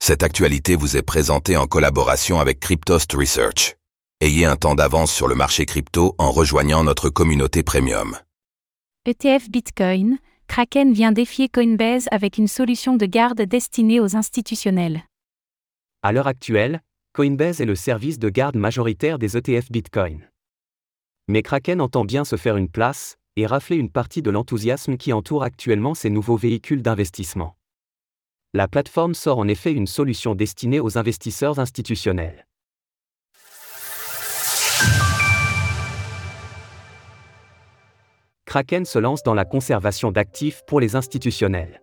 Cette actualité vous est présentée en collaboration avec Cryptost Research. Ayez un temps d'avance sur le marché crypto en rejoignant notre communauté premium. ETF Bitcoin, Kraken vient défier Coinbase avec une solution de garde destinée aux institutionnels. À l'heure actuelle, Coinbase est le service de garde majoritaire des ETF Bitcoin. Mais Kraken entend bien se faire une place et rafler une partie de l'enthousiasme qui entoure actuellement ces nouveaux véhicules d'investissement. La plateforme sort en effet une solution destinée aux investisseurs institutionnels. Kraken se lance dans la conservation d'actifs pour les institutionnels.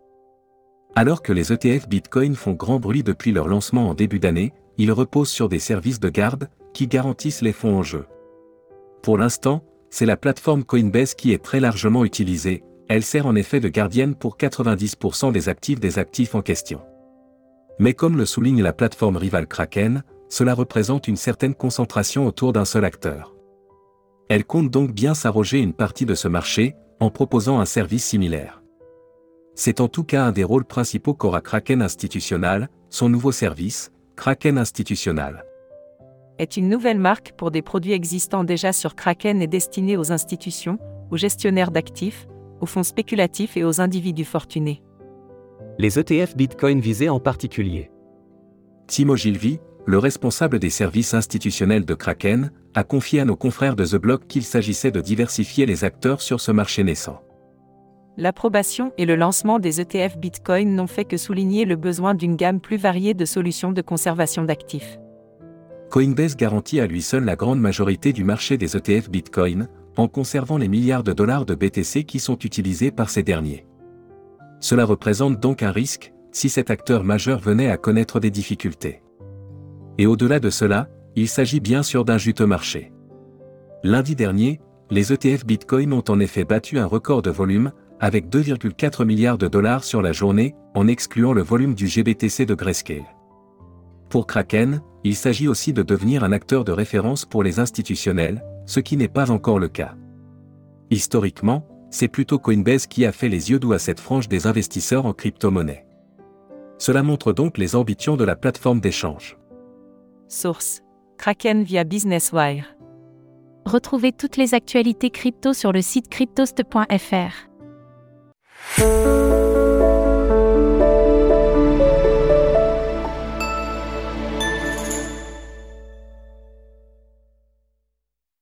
Alors que les ETF Bitcoin font grand bruit depuis leur lancement en début d'année, ils reposent sur des services de garde qui garantissent les fonds en jeu. Pour l'instant, c'est la plateforme Coinbase qui est très largement utilisée. Elle sert en effet de gardienne pour 90% des actifs en question. Mais comme le souligne la plateforme rivale Kraken, cela représente une certaine concentration autour d'un seul acteur. Elle compte donc bien s'arroger une partie de ce marché, en proposant un service similaire. C'est en tout cas un des rôles principaux qu'aura Kraken Institutional, son nouveau service, Kraken Institutional. Est une nouvelle marque pour des produits existants déjà sur Kraken et destinée aux institutions, aux gestionnaires d'actifs, aux fonds spéculatifs et aux individus fortunés. Les ETF Bitcoin visés en particulier. Timo Gilvi, le responsable des services institutionnels de Kraken, a confié à nos confrères de The Block qu'il s'agissait de diversifier les acteurs sur ce marché naissant. L'approbation et le lancement des ETF Bitcoin n'ont fait que souligner le besoin d'une gamme plus variée de solutions de conservation d'actifs. Coinbase garantit à lui seul la grande majorité du marché des ETF Bitcoin, en conservant les milliards de dollars de BTC qui sont utilisés par ces derniers. Cela représente donc un risque, si cet acteur majeur venait à connaître des difficultés. Et au-delà de cela, il s'agit bien sûr d'un juteux marché. Lundi dernier, les ETF Bitcoin ont en effet battu un record de volume, avec 2,4 milliards de dollars sur la journée, en excluant le volume du GBTC de Grayscale. Pour Kraken, il s'agit aussi de devenir un acteur de référence pour les institutionnels, ce qui n'est pas encore le cas. Historiquement, c'est plutôt Coinbase qui a fait les yeux doux à cette frange des investisseurs en crypto-monnaie. Cela montre donc les ambitions de la plateforme d'échange. Source: Kraken via BusinessWire. Retrouvez toutes les actualités crypto sur le site cryptost.fr.